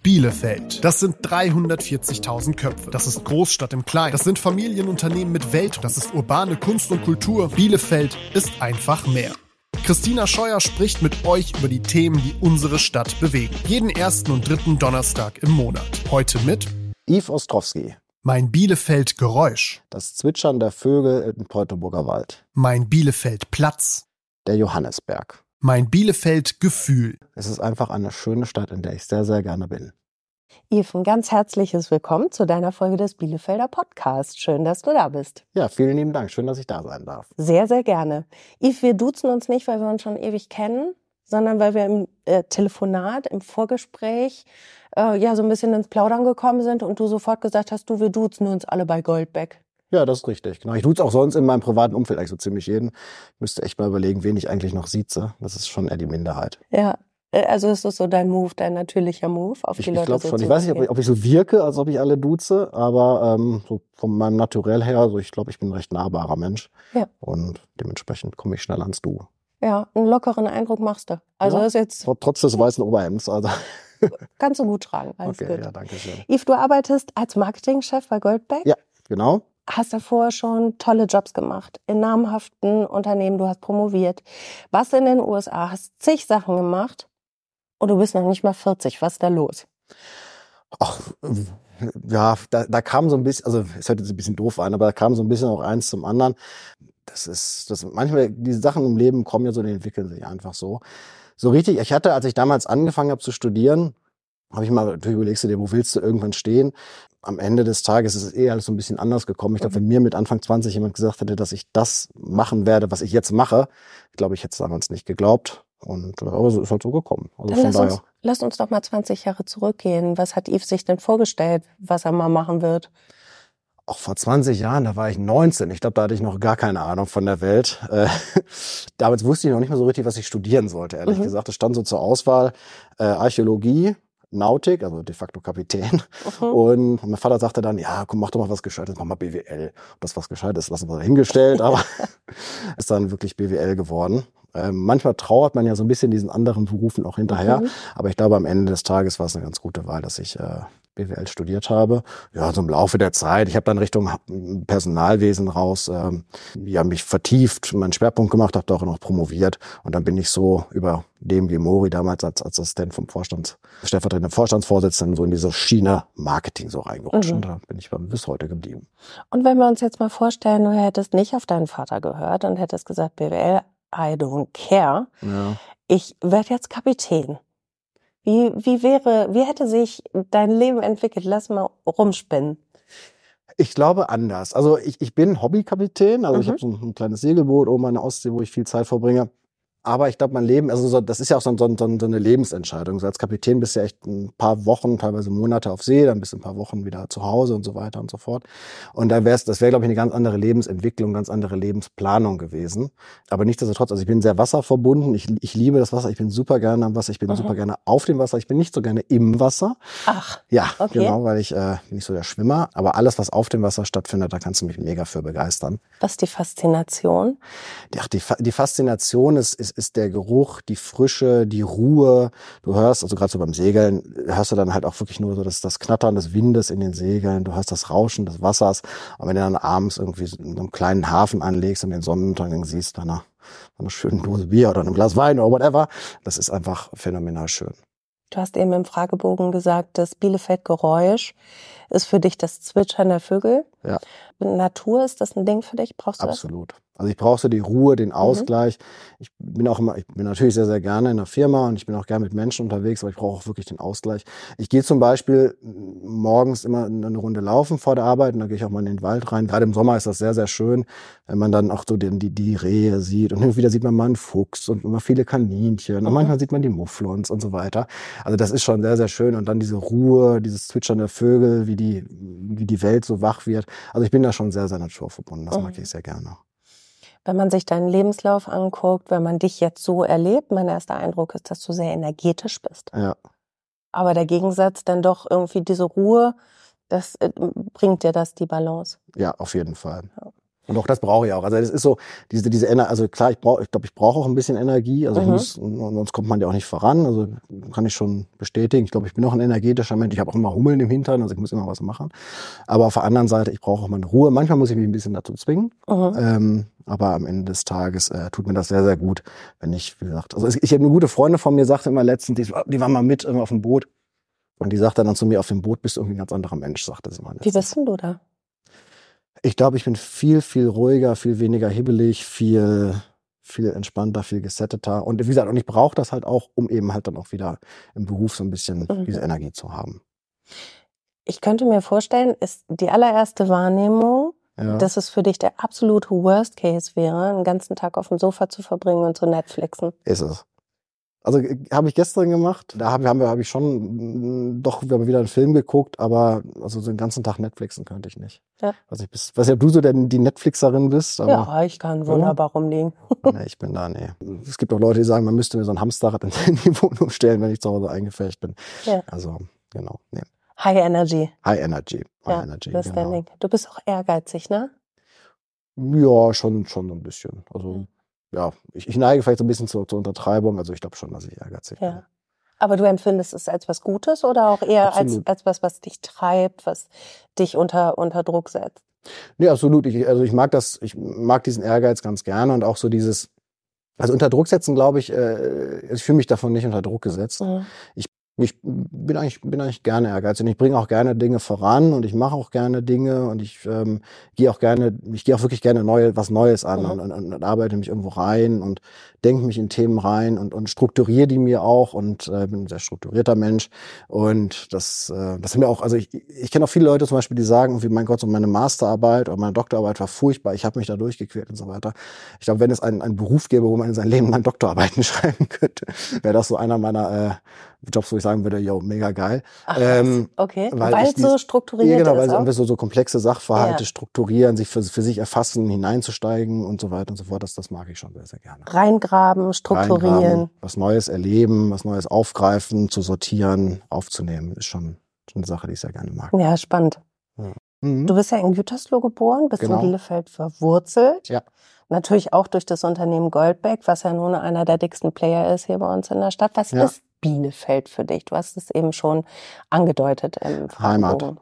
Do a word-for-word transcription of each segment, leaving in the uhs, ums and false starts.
Bielefeld. Das sind dreihundertvierzigtausend Köpfe. Das ist Großstadt im Kleinen. Das sind Familienunternehmen mit Welt. Das ist urbane Kunst und Kultur. Bielefeld ist einfach mehr. Christina Scheuer spricht mit euch über die Themen, die unsere Stadt bewegen. Jeden ersten und dritten Donnerstag im Monat. Heute mit Yves Ostrowski. Mein Bielefeld-Geräusch. Das Zwitschern der Vögel im Teutoburger Wald. Mein Bielefeld-Platz. Der Johannisberg. Mein Bielefeld-Gefühl. Es ist einfach eine schöne Stadt, in der ich sehr, sehr gerne bin. Yves, ein ganz herzliches Willkommen zu deiner Folge des Bielefelder Podcasts. Schön, dass du da bist. Ja, vielen lieben Dank. Schön, dass ich da sein darf. Sehr, sehr gerne. Yves, wir duzen uns nicht, weil wir uns schon ewig kennen, sondern weil wir im äh, Telefonat, im Vorgespräch äh, ja so ein bisschen ins Plaudern gekommen sind und du sofort gesagt hast, du, wir duzen uns alle bei Goldbeck. Ja, das ist richtig. Genau. Ich duze auch sonst in meinem privaten Umfeld eigentlich so ziemlich jeden. Ich müsste echt mal überlegen, wen ich eigentlich noch sieze. Das ist schon eher die Minderheit. Ja, also ist das so dein Move, dein natürlicher Move, auf die ich, Leute ich glaube so schon. zu Ich weiß nicht, ob ich, ob ich so wirke, als ob ich alle duze, aber ähm, so von meinem Naturell her, also ich glaube, ich bin ein recht nahbarer Mensch. Ja. Und dementsprechend komme ich schnell ans Du. Ja, einen lockeren Eindruck machst du. Also ja, ist jetzt trotz des weißen Oberhemds. Also. Kannst du gut tragen. Alles okay, gut. Ja, danke schön. Yves, du arbeitest als Marketingchef bei Goldbeck? Ja, genau. Hast davor schon tolle Jobs gemacht, in namhaften Unternehmen, du hast promoviert, warst in den U S A, hast zig Sachen gemacht und du bist noch nicht mal vierzig. Was ist da los? Ach, ja, da, da kam so ein bisschen, also es hört jetzt ein bisschen doof an, aber da kam so ein bisschen auch eins zum anderen. Das ist, das manchmal, diese Sachen im Leben kommen ja so, die entwickeln sich einfach so. So richtig, ich hatte, als ich damals angefangen habe zu studieren, habe ich mal, natürlich überlegst du dir, wo willst du irgendwann stehen? Am Ende des Tages ist es eh alles so ein bisschen anders gekommen. Ich glaube, wenn mir mit Anfang zwanzig jemand gesagt hätte, dass ich das machen werde, was ich jetzt mache, ich glaube, ich hätte es damals nicht geglaubt. Und aber so ist halt so gekommen. Also Dann von lass, daher. uns, lass uns doch mal zwanzig Jahre zurückgehen. Was hat Yves sich denn vorgestellt, was er mal machen wird? Auch vor zwanzig Jahren, da war ich neunzehn. Ich glaube, da hatte ich noch gar keine Ahnung von der Welt. Äh, damals wusste ich noch nicht mal so richtig, was ich studieren sollte, ehrlich mhm. gesagt. Es stand so zur Auswahl äh, Archäologie, Nautik, also de facto Kapitän. Mhm. Und mein Vater sagte dann, ja, komm, mach doch mal was Gescheites, mach mal B W L. Ob das was Gescheites, lassen wir dahingestellt, aber ist dann wirklich B W L geworden. Ähm, manchmal trauert man ja so ein bisschen diesen anderen Berufen auch hinterher, mhm. aber ich glaube, am Ende des Tages war es eine ganz gute Wahl, dass ich äh, B W L studiert habe. Ja, so im Laufe der Zeit. Ich habe dann Richtung Personalwesen raus, ähm, ja, mich vertieft, meinen Schwerpunkt gemacht, habe da auch noch promoviert und dann bin ich so über D M G Mori damals als Assistent vom Vorstand, stellvertretender Vorstandsvorsitzenden so in diese Schiene Marketing so reingerutscht mhm. und da bin ich bis heute geblieben. Und wenn wir uns jetzt mal vorstellen, du hättest nicht auf deinen Vater gehört und hättest gesagt, B W L, I don't care. Ja. Ich werde jetzt Kapitän. Wie, wie wäre, wie hätte sich dein Leben entwickelt? Lass mal rumspinnen. Ich glaube anders. Also ich, ich bin Hobbykapitän, also mhm. ich habe so ein, ein kleines Segelboot oben an der Ostsee, wo ich viel Zeit verbringe. Aber ich glaube, mein Leben, also so, das ist ja auch so, so, so eine Lebensentscheidung. So als Kapitän bist du ja echt ein paar Wochen, teilweise Monate auf See, dann bist du ein paar Wochen wieder zu Hause und so weiter und so fort. Und da wär's, das wäre, glaube ich, eine ganz andere Lebensentwicklung, ganz andere Lebensplanung gewesen. Aber nichtsdestotrotz, also ich bin sehr wasserverbunden. Ich, ich liebe das Wasser. Ich bin super gerne am Wasser. Ich bin mhm. super gerne auf dem Wasser. Ich bin nicht so gerne im Wasser. Ach. Ja, okay. Genau, weil ich äh, bin nicht so der Schwimmer. Aber alles, was auf dem Wasser stattfindet, da kannst du mich mega für begeistern. Was ist die Faszination? Ja, die, die Faszination ist, ist ist der Geruch, die Frische, die Ruhe. Du hörst, also gerade so beim Segeln, hörst du dann halt auch wirklich nur so das, das Knattern des Windes in den Segeln. Du hörst das Rauschen des Wassers. Und wenn du dann abends irgendwie so in einem kleinen Hafen anlegst und den Sonnenuntergang siehst, bei einer, bei einer schönen Dose Bier oder einem Glas Wein oder whatever, das ist einfach phänomenal schön. Du hast eben im Fragebogen gesagt, das Bielefeld-Geräusch ist für dich das Zwitschern der Vögel. Ja. Natur, ist das ein Ding für dich? Brauchst du das? Absolut. Also ich brauche so die Ruhe, den Ausgleich. Mhm. Ich bin auch immer, ich bin natürlich sehr, sehr gerne in der Firma und ich bin auch gerne mit Menschen unterwegs, aber ich brauche auch wirklich den Ausgleich. Ich gehe zum Beispiel morgens immer eine Runde laufen vor der Arbeit und da gehe ich auch mal in den Wald rein. Gerade im Sommer ist das sehr, sehr schön, wenn man dann auch so die, die, die Rehe sieht und hin und wieder sieht man mal einen Fuchs und immer viele Kaninchen und mhm. manchmal sieht man die Mufflons und so weiter. Also das ist schon sehr, sehr schön und dann diese Ruhe, dieses Zwitschern der Vögel, wie die, wie die Welt so wach wird. Also ich bin da schon sehr, sehr naturverbunden. Das mhm. mag ich sehr gerne. Wenn man sich deinen Lebenslauf anguckt, wenn man dich jetzt so erlebt, mein erster Eindruck ist, dass du sehr energetisch bist. Ja. Aber der Gegensatz dann doch irgendwie diese Ruhe, das äh, bringt dir das die Balance. Ja, auf jeden Fall. Ja. Und auch das brauche ich auch. Also das ist so, diese, diese Energie, also klar, ich brauche, ich glaube, ich brauche auch ein bisschen Energie. Also mhm. ich muss, sonst kommt man ja auch nicht voran. Also kann ich schon bestätigen. Ich glaube, ich bin auch ein energetischer Mensch. Ich habe auch immer Hummeln im Hintern, also ich muss immer was machen. Aber auf der anderen Seite, ich brauche auch meine Ruhe. Manchmal muss ich mich ein bisschen dazu zwingen. Mhm. Ähm, aber am Ende des Tages äh, tut mir das sehr, sehr gut, wenn ich, wie gesagt, also ich, ich habe eine gute Freundin von mir, sagte immer letztens, die, die war mal mit immer auf dem Boot. Und die sagte dann zu mir, auf dem Boot bist du irgendwie ein ganz anderer Mensch, sagte sie mal letztens. Wie bist denn du da? Ich glaube, ich bin viel, viel ruhiger, viel weniger hibbelig, viel, viel entspannter, viel gesetteter. Und wie gesagt, und ich brauche das halt auch, um eben halt dann auch wieder im Beruf so ein bisschen mhm. diese Energie zu haben. Ich könnte mir vorstellen, ist die allererste Wahrnehmung, ja. dass es für dich der absolute Worst Case wäre, einen ganzen Tag auf dem Sofa zu verbringen und zu Netflixen. Ist es. Also habe ich gestern gemacht. Da haben wir, haben wir, habe ich schon doch wir haben wieder einen Film geguckt, aber also so den ganzen Tag Netflixen könnte ich nicht. Ja. Also ich bis, weiß nicht, ob du so denn die Netflixerin bist. Aber, ja, ich kann wunderbar ja. rumliegen. Nee, ich bin da, nee. Es gibt auch Leute, die sagen, man müsste mir so ein Hamsterrad in die Wohnung stellen, wenn ich zu Hause eingefärbt bin. Ja. Also genau. Nee. High Energy. High Energy. High ja, Energy. Das genau. Ding. Du bist auch ehrgeizig, ne? Ja, schon, schon so ein bisschen. Also mhm. ja, ich, ich neige vielleicht so ein bisschen zur, zur Untertreibung, also ich glaube schon, dass ich ehrgeizig bin. Ja. Aber du empfindest es als was Gutes oder auch eher als, als was, was dich treibt, was dich unter, unter Druck setzt? Nee, absolut. Ich, also ich mag das, ich mag diesen Ehrgeiz ganz gerne und auch so dieses, also unter Druck setzen, glaube ich, äh, ich fühle mich davon nicht unter Druck gesetzt. Mhm. Ich Ich bin eigentlich, bin eigentlich gerne ehrgeizig und ich bringe auch gerne Dinge voran und ich mache auch gerne Dinge und ich ähm, gehe auch gerne, ich gehe auch wirklich gerne neue, was Neues an mhm. und, und, und arbeite mich irgendwo rein und denke mich in Themen rein und, und strukturiere die mir auch und äh, bin ein sehr strukturierter Mensch und das, äh, das sind mir auch, also ich, ich kenne auch viele Leute zum Beispiel, die sagen, wie mein Gott, so meine Masterarbeit oder meine Doktorarbeit war furchtbar, ich habe mich da durchgequält und so weiter. Ich glaube, wenn es einen, einen Beruf gäbe, wo man in seinem Leben mal Doktorarbeiten schreiben könnte, wäre das so einer meiner äh, Jobs, wo ich sagen würde, yo, mega geil. Ach, ähm, okay, weil, weil es so strukturiert ja, genau, ist. Genau, weil so, so komplexe Sachverhalte ja. strukturieren, sich für, für sich erfassen, hineinzusteigen und so weiter und so fort. Das, das mag ich schon sehr, sehr gerne. Reingraben, strukturieren. Reingraben, was Neues erleben, was Neues aufgreifen, zu sortieren, aufzunehmen, ist schon, schon eine Sache, die ich sehr gerne mag. Ja, spannend. Ja. Mhm. Du bist ja in Gütersloh geboren, bist genau. in Bielefeld verwurzelt. Ja. Natürlich auch durch das Unternehmen Goldbeck, was ja nun einer der dicksten Player ist hier bei uns in der Stadt. Was ja. ist Bielefeld für dich? Du hast es eben schon angedeutet im Heimat.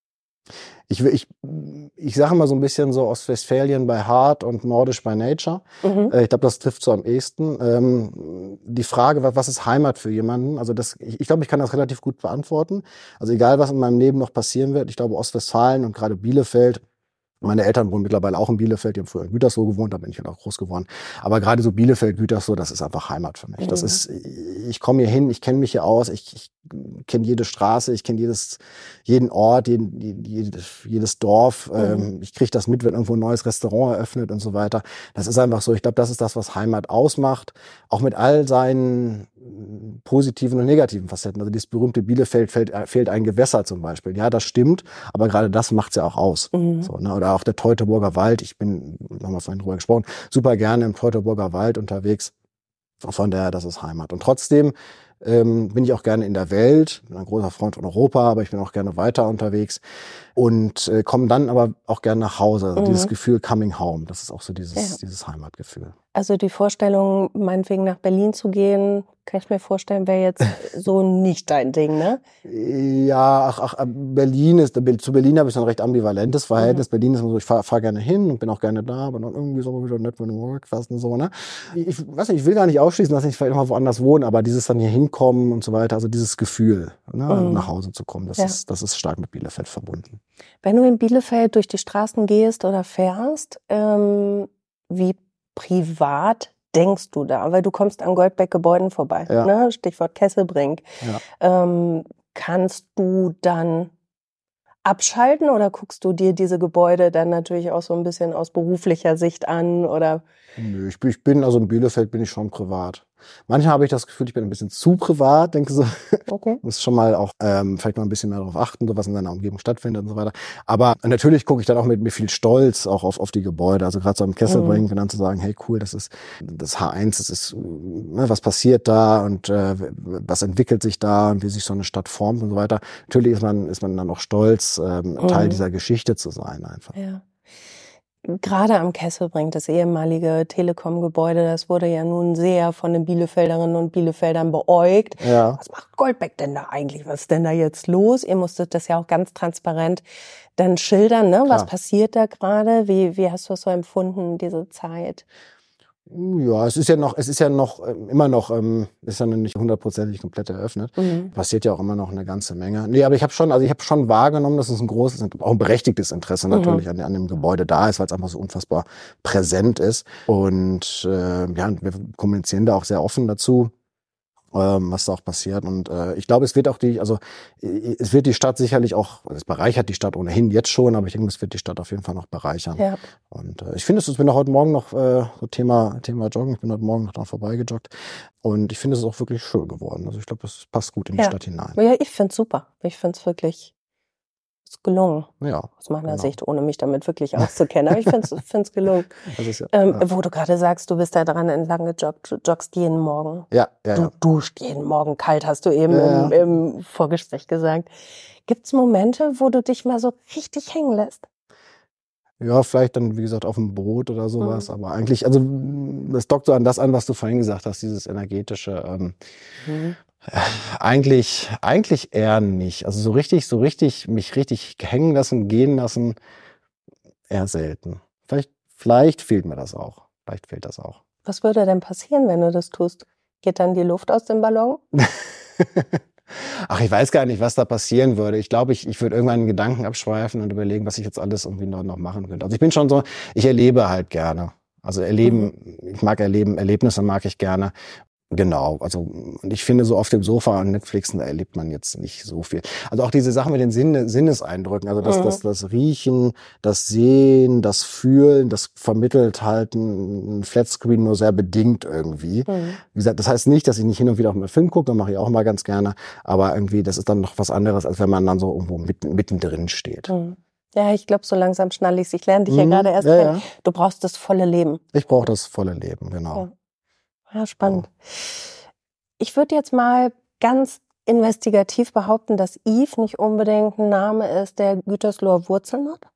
Ich, ich, ich sage mal so ein bisschen so Ostwestfälien by Heart und Nordisch by Nature. Mhm. Ich glaube, das trifft so am ehesten. Ähm, die Frage, was ist Heimat für jemanden? Also das, ich, ich glaube, ich kann das relativ gut beantworten. Also egal, was in meinem Leben noch passieren wird, ich glaube, Ostwestfalen und gerade Bielefeld, meine Eltern wohnen mittlerweile auch in Bielefeld, die haben früher in Gütersloh gewohnt, da bin ich halt auch groß geworden. Aber gerade so Bielefeld, Gütersloh, das ist einfach Heimat für mich. Mhm. Das ist, ich komme hier hin, ich kenne mich hier aus, ich, ich kenne jede Straße, ich kenne jedes, jeden Ort, jeden, jedes, jedes Dorf. Mhm. Ähm, ich kriege das mit, wenn irgendwo ein neues Restaurant eröffnet und so weiter. Das ist einfach so. Ich glaube, das ist das, was Heimat ausmacht. Auch mit all seinen positiven und negativen Facetten. Also dieses berühmte Bielefeld fehlt, fehlt ein Gewässer zum Beispiel. Ja, das stimmt, aber gerade das macht's ja auch aus. Mhm. So, ne? Oder auch der Teutoburger Wald. Ich bin, haben wir vorhin drüber gesprochen, super gerne im Teutoburger Wald unterwegs. Von daher, das ist Heimat. Und trotzdem ähm, bin ich auch gerne in der Welt. Bin ein großer Freund von Europa, aber ich bin auch gerne weiter unterwegs. Und äh, komme dann aber auch gerne nach Hause. Also mhm. dieses Gefühl Coming Home, das ist auch so dieses, ja. dieses Heimatgefühl. Also die Vorstellung, meinetwegen nach Berlin zu gehen, kann ich mir vorstellen, wäre jetzt so nicht dein Ding, ne? Ja, ach, ach Berlin ist, zu Berlin habe ich so ein recht ambivalentes Verhältnis. Mhm. Berlin ist immer so, ich fahre fahr gerne hin und bin auch gerne da, aber dann irgendwie so wieder nett, wenn du workst und so, ne? Ich weiß nicht, ich will gar nicht ausschließen, dass ich vielleicht noch mal woanders wohne, aber dieses dann hier hinkommen und so weiter, also dieses Gefühl, ne, mhm. nach Hause zu kommen, das, ja. ist, das ist stark mit Bielefeld verbunden. Wenn du in Bielefeld durch die Straßen gehst oder fährst, ähm, wie privat denkst du da? Weil du kommst an Goldbeck-Gebäuden vorbei, ja. ne? Stichwort Kesselbrink. Ja. Ähm, kannst du dann abschalten oder guckst du dir diese Gebäude dann natürlich auch so ein bisschen aus beruflicher Sicht an? Oder? Nö, ich bin, ich bin, also in Bielefeld bin ich schon privat. Manchmal habe ich das Gefühl, ich bin ein bisschen zu privat, denke so, okay. muss schon mal auch ähm, vielleicht mal ein bisschen mehr darauf achten, so was in seiner Umgebung stattfindet und so weiter. Aber natürlich gucke ich dann auch mit mir viel Stolz auch auf auf die Gebäude. Also gerade so am Kesselbrink, mhm. dann zu sagen, hey cool, das ist das H eins, das ist, ne, was passiert da und äh, was entwickelt sich da und wie sich so eine Stadt formt und so weiter. Natürlich ist man ist man dann auch stolz, ähm, mhm. Teil dieser Geschichte zu sein einfach. Ja. Gerade am Kesselbrink, das ehemalige Telekom-Gebäude, das wurde ja nun sehr von den Bielefelderinnen und Bielefeldern beäugt. Ja. Was macht Goldbeck denn da eigentlich? Was ist denn da jetzt los? Ihr musstet das ja auch ganz transparent dann schildern, ne? Was passiert da gerade? Wie, wie hast du es so empfunden, diese Zeit? Ja, es ist ja noch, es ist ja noch, immer noch, ähm, ist ja noch nicht hundertprozentig komplett eröffnet. Mhm. Passiert ja auch immer noch eine ganze Menge. Nee, aber ich habe schon, also ich habe schon wahrgenommen, dass es ein großes, auch ein berechtigtes Interesse natürlich mhm. an, an dem Gebäude da ist, weil es einfach so unfassbar präsent ist. Und äh, ja, wir kommunizieren da auch sehr offen dazu, ähm, was da auch passiert. Und äh, ich glaube, es wird auch die, also es wird die Stadt sicherlich auch, es bereichert die Stadt ohnehin jetzt schon, aber ich denke, es wird die Stadt auf jeden Fall noch bereichern. Ja. Und äh, ich finde es, ich bin auch heute Morgen noch äh, so Thema Thema Joggen, ich bin heute Morgen noch da vorbeigejoggt und ich finde es ist auch wirklich schön geworden. Also ich glaube, es passt gut in die ja. Stadt hinein. Ja, ich finde es super. Ich finde es wirklich ist gelungen. Ja, aus meiner genau. Sicht, ohne mich damit wirklich auszukennen. Aber ich finde es gelungen. Das ist ja, ähm, ja. Wo du gerade sagst, du bist da dran entlang gejoggt, du joggst jeden Morgen. Ja, ja, du ja. duscht jeden Morgen kalt, hast du eben ja, im, im Vorgespräch gesagt. Gibt's Momente, wo du dich mal so richtig hängen lässt? Ja, vielleicht dann, wie gesagt, auf dem Boot oder sowas. Mhm. Aber eigentlich, also das dockt so an das an, was du vorhin gesagt hast, dieses energetische. Ähm, mhm. äh, eigentlich, eigentlich eher nicht. Also so richtig, so richtig, mich richtig hängen lassen, gehen lassen, eher selten. Vielleicht, vielleicht fehlt mir das auch. Vielleicht fehlt das auch. Was würde denn passieren, wenn du das tust? Geht dann die Luft aus dem Ballon? Ach, ich weiß gar nicht, was da passieren würde. Ich glaube, ich, ich würde irgendwann einen Gedanken abschweifen und überlegen, was ich jetzt alles irgendwie noch, noch machen könnte. Also ich bin schon so, ich erlebe halt gerne. Also erleben, mhm. ich mag erleben, Erlebnisse mag ich gerne. Genau, also und ich finde, so auf dem Sofa und Netflixen, da erlebt man jetzt nicht so viel. Also auch diese Sachen mit den Sinne, Sinneseindrücken, also das, mhm. das, das Riechen, das Sehen, das Fühlen, das vermittelt halt ein Flatscreen nur sehr bedingt irgendwie. Mhm. Wie gesagt, das heißt nicht, dass ich nicht hin und wieder auf einen Film gucke, das mache ich auch mal ganz gerne, aber irgendwie, das ist dann noch was anderes, als wenn man dann so irgendwo mitten, mittendrin steht. Mhm. Ja, ich glaube, so langsam schnall ich's. Ich lerne dich mhm. ja gerade erst ja, kennen. Ja. Du brauchst das volle Leben. Ich brauche das volle Leben, genau. Ja. Ja, spannend. Ich würde jetzt mal ganz investigativ behaupten, dass Yves nicht unbedingt ein Name ist, der Gütersloher Wurzeln hat.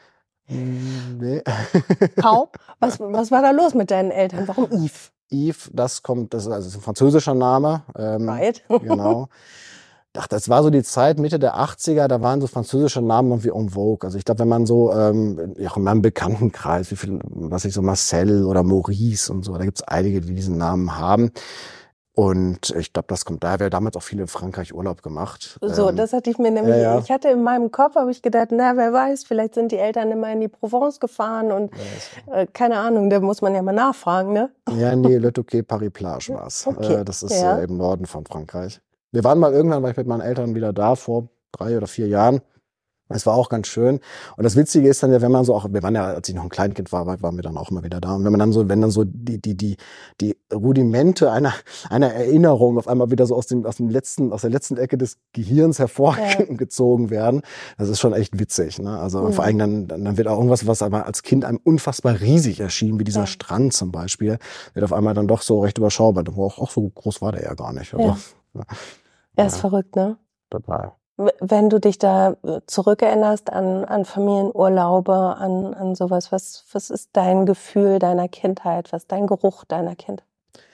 Nee. Kaum? Was, was war da los mit deinen Eltern? Warum Yves? Yves, das kommt, das ist also ein französischer Name. Ähm, right. Genau. Ach, das war so die Zeit, Mitte der achtziger, da waren so französische Namen irgendwie en vogue. Also ich glaube, wenn man so, ähm, auch in meinem Bekanntenkreis, wie viel, was ich so, Marcel oder Maurice und so, da gibt's einige, die diesen Namen haben. Und ich glaube, das kommt daher. Wir haben damals auch viele in Frankreich Urlaub gemacht. So, ähm, das hatte ich mir nämlich, ja, ja. ich hatte in meinem Kopf, habe ich gedacht, na, wer weiß, vielleicht sind die Eltern immer in die Provence gefahren und äh, keine Ahnung, da muss man ja mal nachfragen, ne? Ja, nee, Le Touquet Paris Plage war's. Okay. Äh, das ist ja. äh, im Norden von Frankreich. Wir waren mal irgendwann, war ich mit meinen Eltern wieder da, vor drei oder vier Jahren. Es war auch ganz schön. Und das Witzige ist dann ja, wenn man so auch, wir waren ja, als ich noch ein Kleinkind war, waren wir dann auch immer wieder da. Und wenn man dann so, wenn dann so die, die, die, die Rudimente einer, einer Erinnerung auf einmal wieder so aus dem, aus dem letzten, aus der letzten Ecke des Gehirns hervorgezogen ja. werden, das ist schon echt witzig, ne? Also mhm. vor allem dann, dann wird auch irgendwas, was aber als Kind einem unfassbar riesig erschien, wie dieser ja. Strand zum Beispiel, wird auf einmal dann doch so recht überschaubar. Auch, auch so groß war der ja gar nicht. Also, ja. Ja. Er ist ja. verrückt, ne? Total. Wenn du dich da zurückerinnerst an, an Familienurlaube, an, an sowas, was, was ist dein Gefühl deiner Kindheit? Was ist dein Geruch deiner Kindheit?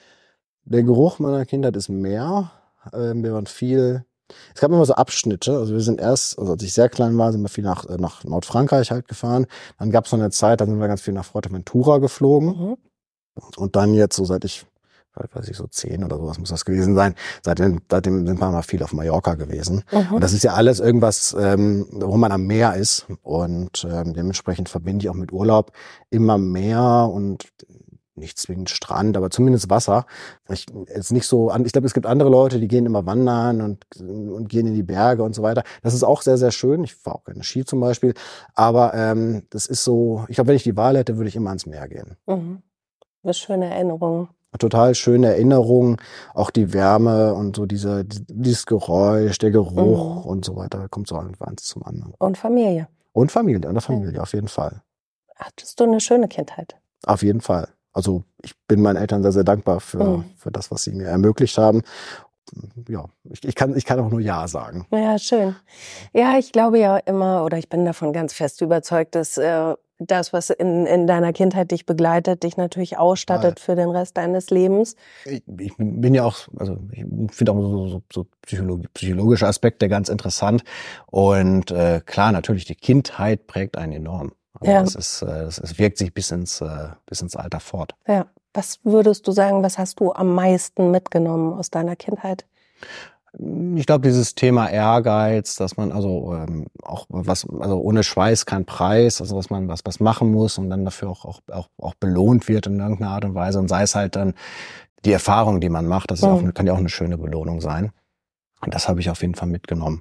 Der Geruch meiner Kindheit ist Meer. Ähm, wir waren viel, es gab immer so Abschnitte. Also wir sind erst, also als ich sehr klein war, sind wir viel nach, nach Nordfrankreich halt gefahren. Dann gab es so eine Zeit, da sind wir ganz viel nach Fuerteventura geflogen. Mhm. Und dann jetzt, so seit ich weiß ich, so zehn oder sowas muss das gewesen sein. Seitdem, seitdem sind wir mal viel auf Mallorca gewesen. Mhm. Und das ist ja alles irgendwas, ähm, wo man am Meer ist. Und ähm, dementsprechend verbinde ich auch mit Urlaub immer Meer und nicht zwingend Strand, aber zumindest Wasser. Ich, jetzt nicht so, ich glaube, es gibt andere Leute, die gehen immer wandern und, und gehen in die Berge und so weiter. Das ist auch sehr, sehr schön. Ich fahre auch gerne Ski zum Beispiel. Aber ähm, das ist so, ich glaube, wenn ich die Wahl hätte, würde ich immer ans Meer gehen. Mhm. Das ist schöne Erinnerung. Total schöne Erinnerungen, auch die Wärme und so diese, dieses Geräusch, der Geruch mhm. und so weiter, da kommt so eins zum anderen. Und Familie. Und Familie, und der Familie, ja. Auf jeden Fall. Hattest du eine schöne Kindheit? Auf jeden Fall. Also ich bin meinen Eltern sehr, sehr dankbar für, mhm. für das, was sie mir ermöglicht haben. Ja, ich, ich kann, ich kann auch nur Ja sagen. Ja, schön. Ja, ich glaube ja immer, oder ich bin davon ganz fest überzeugt, dass äh, das, was in, in deiner Kindheit dich begleitet, dich natürlich ausstattet für den Rest deines Lebens. Ich, ich bin ja auch, also ich finde auch so, so, so Psychologie, psychologische Aspekte ganz interessant. Und äh, klar, natürlich, die Kindheit prägt einen enorm. Also ja. es, ist, äh, es, es wirkt sich bis ins, äh, bis ins Alter fort. Ja. Was würdest du sagen, was hast du am meisten mitgenommen aus deiner Kindheit? Ich glaube, dieses Thema Ehrgeiz, dass man also ähm, auch was, also ohne Schweiß kein Preis, also dass man was was machen muss und dann dafür auch auch auch, auch belohnt wird in irgendeiner Art und Weise, und sei es halt dann die Erfahrung, die man macht, das ist auch, kann ja auch eine schöne Belohnung sein. Und das habe ich auf jeden Fall mitgenommen.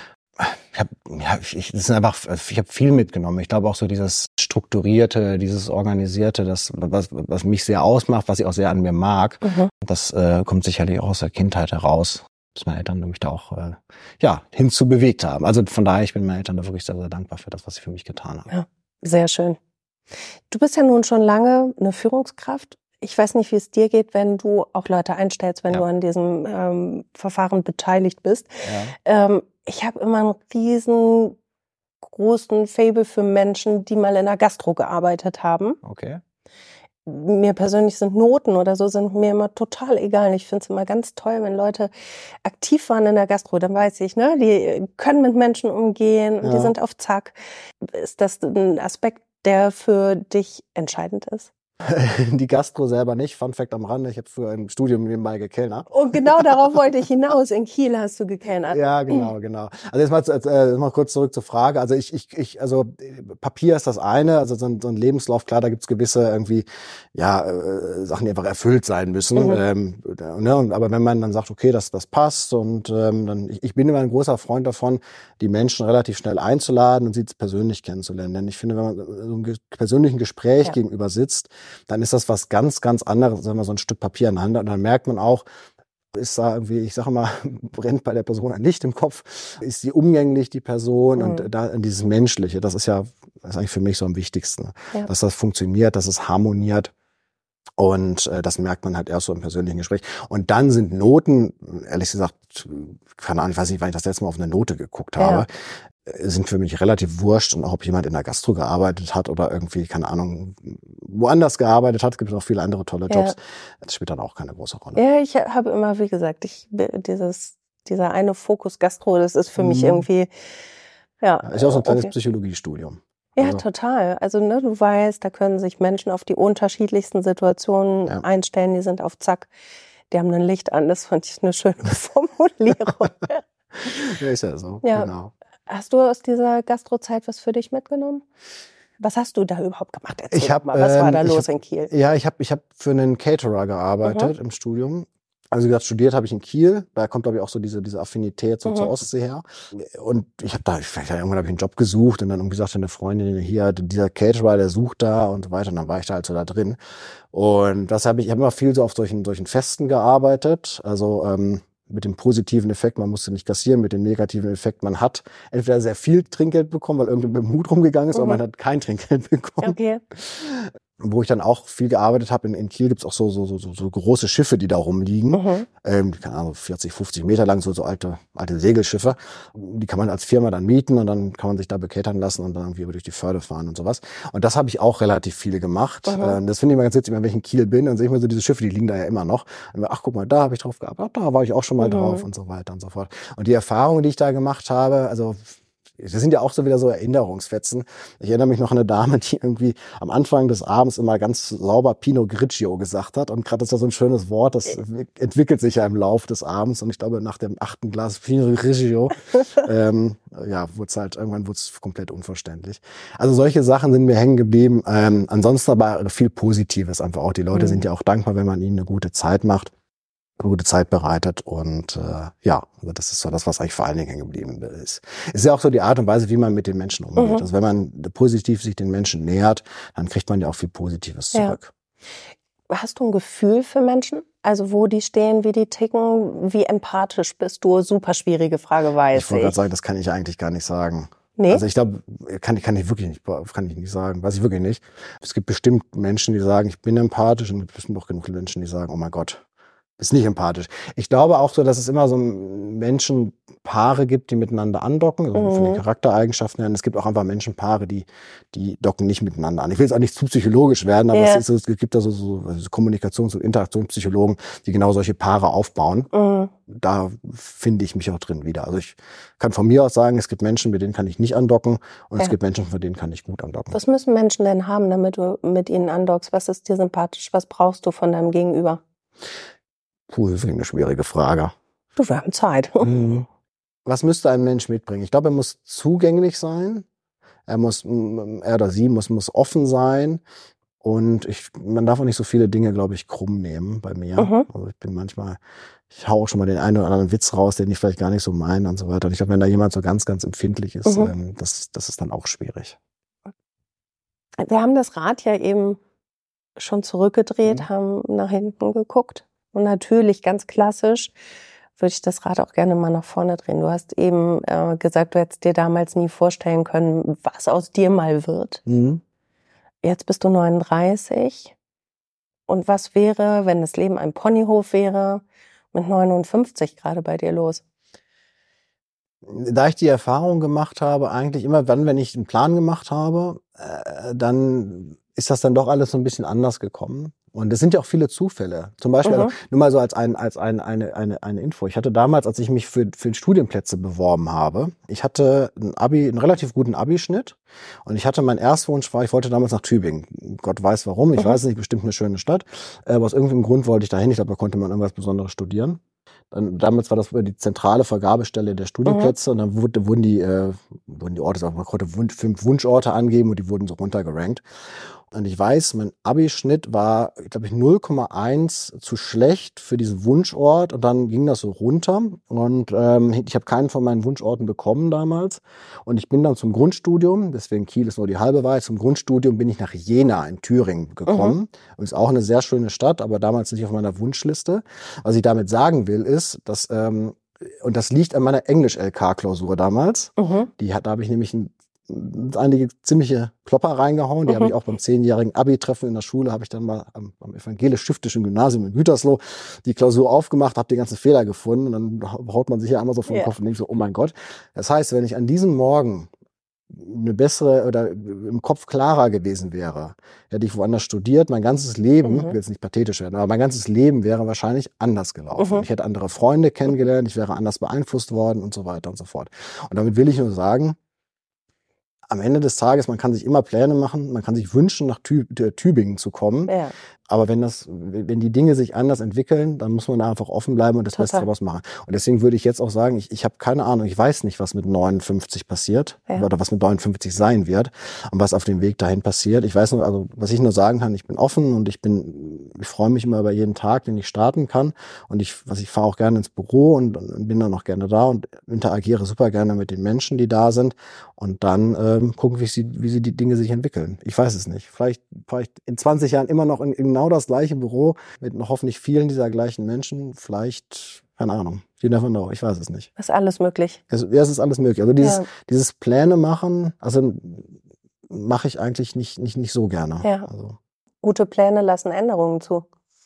Ich habe ja, ich, das ist einfach, ich habe viel mitgenommen. Ich glaube auch so dieses Strukturierte, dieses Organisierte, das was was mich sehr ausmacht, was ich auch sehr an mir mag, mhm. das äh, kommt sicherlich auch aus der Kindheit heraus, dass meine Eltern mich da auch äh, ja hinzu bewegt haben. Also von daher, ich bin meinen Eltern da wirklich sehr, sehr dankbar für das, was sie für mich getan haben. Ja, sehr schön. Du bist ja nun schon lange eine Führungskraft. Ich weiß nicht, wie es dir geht, wenn du auch Leute einstellst, wenn ja. du an diesem ähm, Verfahren beteiligt bist. Ja. Ähm, ich habe immer einen riesen großen Faible für Menschen, die mal in der Gastro gearbeitet haben. Okay. Mir persönlich sind Noten oder so sind mir immer total egal. Ich finde es immer ganz toll, wenn Leute aktiv waren in der Gastro. Dann weiß ich, ne, die können mit Menschen umgehen, ja. die sind auf Zack. Ist das ein Aspekt, der für dich entscheidend ist? Die Gastro selber nicht. Fun Fact am Rande, ich habe früher im Studium nebenbei gekellnert. Und genau darauf wollte ich hinaus. In Kiel hast du gekellnert. Ja, genau, genau. Also jetzt mal, äh, mal kurz zurück zur Frage. Also ich, ich, ich, also Papier ist das eine, also so ein, so ein Lebenslauf, klar, da gibt's gewisse irgendwie, ja, äh, Sachen, die einfach erfüllt sein müssen. Mhm. Ähm, ne? Aber wenn man dann sagt, okay, das, das passt, und ähm, dann, ich, ich bin immer ein großer Freund davon, die Menschen relativ schnell einzuladen und sie persönlich kennenzulernen. Denn ich finde, wenn man so einem persönlichen Gespräch ja. gegenüber sitzt, dann ist das was ganz, ganz anderes, wenn man so ein Stück Papier in der Hand hat. Und dann merkt man auch, ist da irgendwie, ich sage mal, brennt bei der Person ein Licht im Kopf, ist sie umgänglich, die Person, mhm. und da dieses Menschliche, das ist ja, das ist eigentlich für mich so am wichtigsten, ja. dass das funktioniert, dass es harmoniert. Und äh, das merkt man halt erst so im persönlichen Gespräch. Und dann sind Noten, ehrlich gesagt, keine Ahnung, ich weiß nicht, wann ich das letzte Mal auf eine Note geguckt habe, ja. sind für mich relativ wurscht. Und auch ob jemand in der Gastro gearbeitet hat oder irgendwie, keine Ahnung, woanders gearbeitet hat, gibt es auch viele andere tolle Jobs. Ja. Das spielt dann auch keine große Rolle. Ja, ich habe immer, wie gesagt, ich dieses dieser eine Fokus Gastro, das ist für mhm. mich irgendwie, ja. Ist ja auch so ein kleines okay. Psychologiestudium. Ja, also. Total. Also ne, du weißt, da können sich Menschen auf die unterschiedlichsten Situationen ja. einstellen, die sind auf Zack, die haben ein Licht an, das fand ich eine schöne Formulierung. Ja, ist ja so, ja. genau. Hast du aus dieser Gastrozeit was für dich mitgenommen? Was hast du da überhaupt gemacht? Erzähl ich hab, mal, was ähm, war da los hab, in Kiel? Ja, ich habe ich hab für einen Caterer gearbeitet mhm. im Studium. Also wie gesagt, studiert habe ich in Kiel. Da kommt, glaube ich, auch so diese diese Affinität so mhm. zur Ostsee her. Und ich habe da, ich, irgendwann habe ich einen Job gesucht und dann irgendwie gesagt, eine Freundin hier, dieser Caterer, der sucht da und so weiter. Und dann war ich da halt so da drin. Und das habe ich, ich habe immer viel so auf solchen solchen Festen gearbeitet. Also ähm, mit dem positiven Effekt, man musste nicht kassieren, mit dem negativen Effekt, man hat entweder sehr viel Trinkgeld bekommen, weil irgendjemand mit dem Hut rumgegangen ist, mhm. oder man hat kein Trinkgeld bekommen. Okay. Wo ich dann auch viel gearbeitet habe, in, in Kiel gibt's auch so, so, so, so große Schiffe, die da rumliegen. Mhm. Ähm, keine Ahnung, vierzig, fünfzig Meter lang, so, so alte, alte Segelschiffe. Die kann man als Firma dann mieten und dann kann man sich da bekatern lassen und dann irgendwie durch die Förde fahren und sowas. Und das habe ich auch relativ viele gemacht. Mhm. Ähm, das finde ich mal ganz witzig, wenn ich in Kiel bin, dann sehe ich mir so diese Schiffe, die liegen da ja immer noch. Und ach, guck mal, da habe ich drauf gearbeitet, ach, da war ich auch schon mal mhm. drauf und so weiter und so fort. Und die Erfahrungen, die ich da gemacht habe, also das sind ja auch so wieder so Erinnerungsfetzen. Ich erinnere mich noch an eine Dame, die irgendwie am Anfang des Abends immer ganz sauber Pinot Grigio gesagt hat. Und gerade ist ja so ein schönes Wort, das entwickelt sich ja im Lauf des Abends. Und ich glaube, nach dem achten Glas Pinot Grigio, ähm, ja, wurde es halt, irgendwann wurde es komplett unverständlich. Also solche Sachen sind mir hängen geblieben. Ähm, ansonsten aber viel Positives einfach auch. Die Leute mhm. sind ja auch dankbar, wenn man ihnen eine gute Zeit macht. Gute Zeit bereitet und äh, ja, also das ist so das, was eigentlich vor allen Dingen hängen geblieben ist. Ist ja auch so die Art und Weise, wie man mit den Menschen umgeht. Mhm. Also wenn man positiv sich den Menschen nähert, dann kriegt man ja auch viel Positives zurück. Ja. Hast du ein Gefühl für Menschen? Also wo die stehen, wie die ticken, wie empathisch bist du? Super schwierige Frage, weiß ich. Ich wollte gerade sagen, das kann ich eigentlich gar nicht sagen. Nee? Also ich glaube, kann ich kann ich wirklich nicht, kann ich nicht sagen, weiß ich wirklich nicht. Es gibt bestimmt Menschen, die sagen, ich bin empathisch, und es gibt bestimmt auch genug Menschen, die sagen, oh mein Gott, Ist nicht empathisch. Ich glaube auch so, dass es immer so Menschenpaare gibt, die miteinander andocken, also Mhm. von den Charaktereigenschaften her. Und es gibt auch einfach Menschenpaare, die, die docken nicht miteinander an. Ich will jetzt auch nicht zu psychologisch werden, aber Ja. es, ist, so, es gibt da so, so also Kommunikations- und Interaktionspsychologen, die genau solche Paare aufbauen. Mhm. Da finde ich mich auch drin wieder. Also ich kann von mir aus sagen, es gibt Menschen, mit denen kann ich nicht andocken und Ja. es gibt Menschen, von denen kann ich gut andocken. Was müssen Menschen denn haben, damit du mit ihnen andockst? Was ist dir sympathisch? Was brauchst du von deinem Gegenüber? Puh, das ist eine schwierige Frage. Du, wir haben Zeit. Mhm. Was müsste ein Mensch mitbringen? Ich glaube, er muss zugänglich sein. Er muss, mm, er oder sie muss, muss offen sein. Und ich, man darf auch nicht so viele Dinge, glaube ich, krumm nehmen bei mir. Mhm. Also ich bin manchmal, ich hau auch schon mal den einen oder anderen Witz raus, den ich vielleicht gar nicht so meine und so weiter. Und ich glaube, wenn da jemand so ganz, ganz empfindlich ist, Mhm. ähm, das, das ist dann auch schwierig. Wir haben das Rad ja eben schon zurückgedreht, Mhm. haben nach hinten geguckt. Und natürlich, ganz klassisch, würde ich das Rad auch gerne mal nach vorne drehen. Du hast eben äh, gesagt, du hättest dir damals nie vorstellen können, was aus dir mal wird. Mhm. Jetzt bist du neununddreißig. Und was wäre, wenn das Leben ein Ponyhof wäre, mit neunundfünfzig gerade bei dir los? Da ich die Erfahrung gemacht habe, eigentlich immer dann, wenn ich einen Plan gemacht habe, äh, dann ist das dann doch alles so ein bisschen anders gekommen. Und es sind ja auch viele Zufälle. Zum Beispiel, Mhm. also, nur mal so als, ein, als ein, eine, eine, eine Info. Ich hatte damals, als ich mich für, für Studienplätze beworben habe, ich hatte ein Abi, einen relativ guten Abischnitt. Und ich hatte, mein Erstwunsch war, ich wollte damals nach Tübingen. Gott weiß warum, ich Mhm. weiß nicht, bestimmt eine schöne Stadt. Aber aus irgendeinem Grund wollte ich dahin. Ich glaube, da konnte man irgendwas Besonderes studieren. Dann, damals war das die zentrale Vergabestelle der Studienplätze. Mhm. Und dann wurde, wurden die, äh, wurden die Orte, man konnte fünf Wunschorte angeben und die wurden so runtergerankt. Und ich weiß, mein Abischnitt war, glaube ich, null Komma eins zu schlecht für diesen Wunschort. Und dann ging das so runter. Und ähm, ich habe keinen von meinen Wunschorten bekommen damals. Und ich bin dann zum Grundstudium, deswegen Kiel ist nur die halbe Wahrheit, zum Grundstudium bin ich nach Jena in Thüringen gekommen. Mhm. Und ist auch eine sehr schöne Stadt, aber damals nicht auf meiner Wunschliste. Was ich damit sagen will, ist, dass, ähm, und das liegt an meiner Englisch-L K-Klausur damals. Mhm. Die hat, da habe ich nämlich ein einige ziemliche Klopper reingehauen. Die mhm. habe ich auch beim zehnjährigen Abi-Treffen in der Schule, habe ich dann mal am, am evangelisch-stiftischen Gymnasium in Gütersloh die Klausur aufgemacht, habe die ganzen Fehler gefunden und dann haut man sich ja einmal so vor den yeah. Kopf und denkt so, oh mein Gott. Das heißt, wenn ich an diesem Morgen eine bessere oder im Kopf klarer gewesen wäre, hätte ich woanders studiert, mein ganzes Leben, mhm. ich will jetzt nicht pathetisch werden, aber mein ganzes Leben wäre wahrscheinlich anders gelaufen. Mhm. Ich hätte andere Freunde kennengelernt, ich wäre anders beeinflusst worden und so weiter und so fort. Und damit will ich nur sagen, am Ende des Tages, man kann sich immer Pläne machen, man kann sich wünschen, nach Tü- Tübingen zu kommen. Ja. Aber wenn das, wenn die Dinge sich anders entwickeln, dann muss man da einfach offen bleiben und das Total. Beste daraus machen. Und deswegen würde ich jetzt auch sagen, ich, ich habe keine Ahnung, ich weiß nicht, was mit neunundfünfzig passiert ja. oder was mit neunundfünfzig sein wird und was auf dem Weg dahin passiert. Ich weiß nur, also was ich nur sagen kann, ich bin offen und ich bin, ich freue mich immer über jeden Tag, den ich starten kann. Und ich, was ich fahre auch gerne ins Büro und, und bin dann auch gerne da und interagiere super gerne mit den Menschen, die da sind. Und dann ähm, gucken, wie sie, wie sie die Dinge sich entwickeln. Ich weiß es nicht. Vielleicht fahre ich in zwanzig Jahren immer noch in, in genau das gleiche Büro mit noch hoffentlich vielen dieser gleichen Menschen. Vielleicht, keine Ahnung. You never know. Ich weiß es nicht. Ist alles möglich. Es, ja, es ist alles möglich. Also dieses, ja. dieses Pläne machen, also mache ich eigentlich nicht, nicht, nicht so gerne. Ja. Also. Gute Pläne lassen Änderungen zu.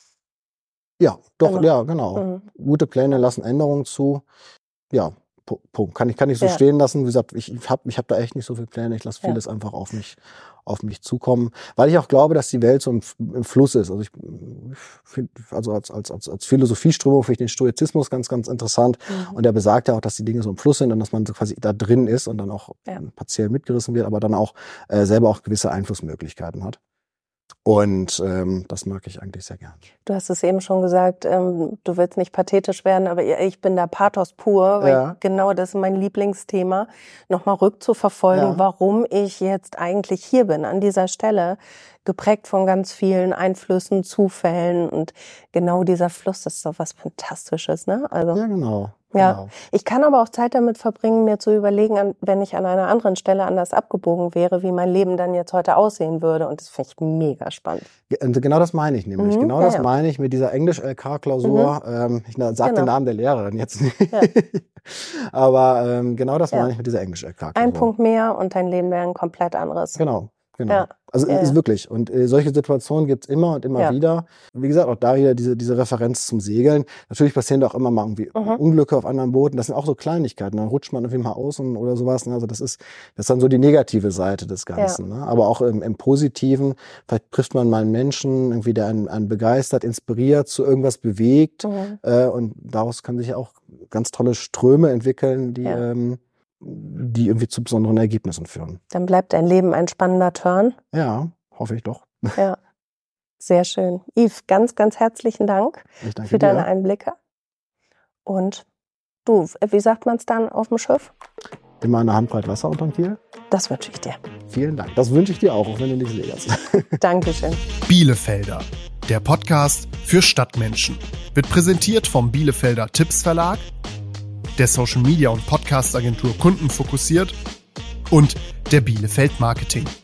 Ja, doch, genau. ja, genau. Mhm. Gute Pläne lassen Änderungen zu. Ja, Punkt. Kann ich, kann ich so ja. stehen lassen. Wie gesagt, ich habe ich hab da echt nicht so viele Pläne. Ich lasse vieles ja. einfach auf mich, auf mich zukommen. Weil ich auch glaube, dass die Welt so im, im Fluss ist. Also ich finde, also als, als, als, als Philosophieströmung finde ich den Stoizismus ganz, ganz interessant. Mhm. Und der besagt ja auch, dass die Dinge so im Fluss sind und dass man so quasi da drin ist und dann auch ja. partiell mitgerissen wird, aber dann auch äh, selber auch gewisse Einflussmöglichkeiten hat. Und ähm, das mag ich eigentlich sehr gern. Du hast es eben schon gesagt, ähm, du willst nicht pathetisch werden, aber ich bin da Pathos pur, weil ja. genau das ist mein Lieblingsthema, nochmal rückzuverfolgen, ja. warum ich jetzt eigentlich hier bin, an dieser Stelle, geprägt von ganz vielen Einflüssen, Zufällen und genau dieser Fluss, das ist doch was Fantastisches, ne? Also, ja, genau. Ja, genau. Ich kann aber auch Zeit damit verbringen, mir zu überlegen, wenn ich an einer anderen Stelle anders abgebogen wäre, wie mein Leben dann jetzt heute aussehen würde. Und das finde ich mega spannend. Genau das meine ich nämlich. Mhm, genau ja, das ja. meine ich mit dieser Englisch-L K-Klausur. Mhm. Ähm, ich sage genau. den Namen der Lehrerin jetzt nicht. Ja. Aber ähm, genau das ja. meine ich mit dieser Englisch-L K-Klausur. Ein Punkt mehr und dein Leben wäre ein komplett anderes. Genau. Genau. Ja. Also ja. ist wirklich. Und äh, solche Situationen gibt's immer und immer ja. wieder. Wie gesagt, auch da wieder diese, diese Referenz zum Segeln. Natürlich passieren da auch immer mal irgendwie mhm. Unglücke auf anderen Booten. Das sind auch so Kleinigkeiten. Dann rutscht man irgendwie mal aus und, oder sowas. Also das ist, das ist dann so die negative Seite des Ganzen. Ja. Ne? Aber auch im, im Positiven, vielleicht trifft man mal einen Menschen, irgendwie, der einen, einen begeistert, inspiriert, zu irgendwas bewegt. Mhm. Äh, und daraus kann sich auch ganz tolle Ströme entwickeln, die, ja. ähm, die irgendwie zu besonderen Ergebnissen führen. Dann bleibt dein Leben ein spannender Turn. Ja, hoffe ich doch. Ja, sehr schön. Yves, ganz, ganz herzlichen Dank ich danke für dir. deine Einblicke. Und du, wie sagt man es dann auf dem Schiff? Immer eine Handbreit Wasser unterm Kiel. Das wünsche ich dir. Vielen Dank. Das wünsche ich dir auch, auch wenn du nicht segelst. Dankeschön. Bielefelder, der Podcast für Stadtmenschen, wird präsentiert vom Bielefelder Tipps Verlag, der Social Media und Podcast Agentur Kunden fokussiert und der Bielefeld Marketing.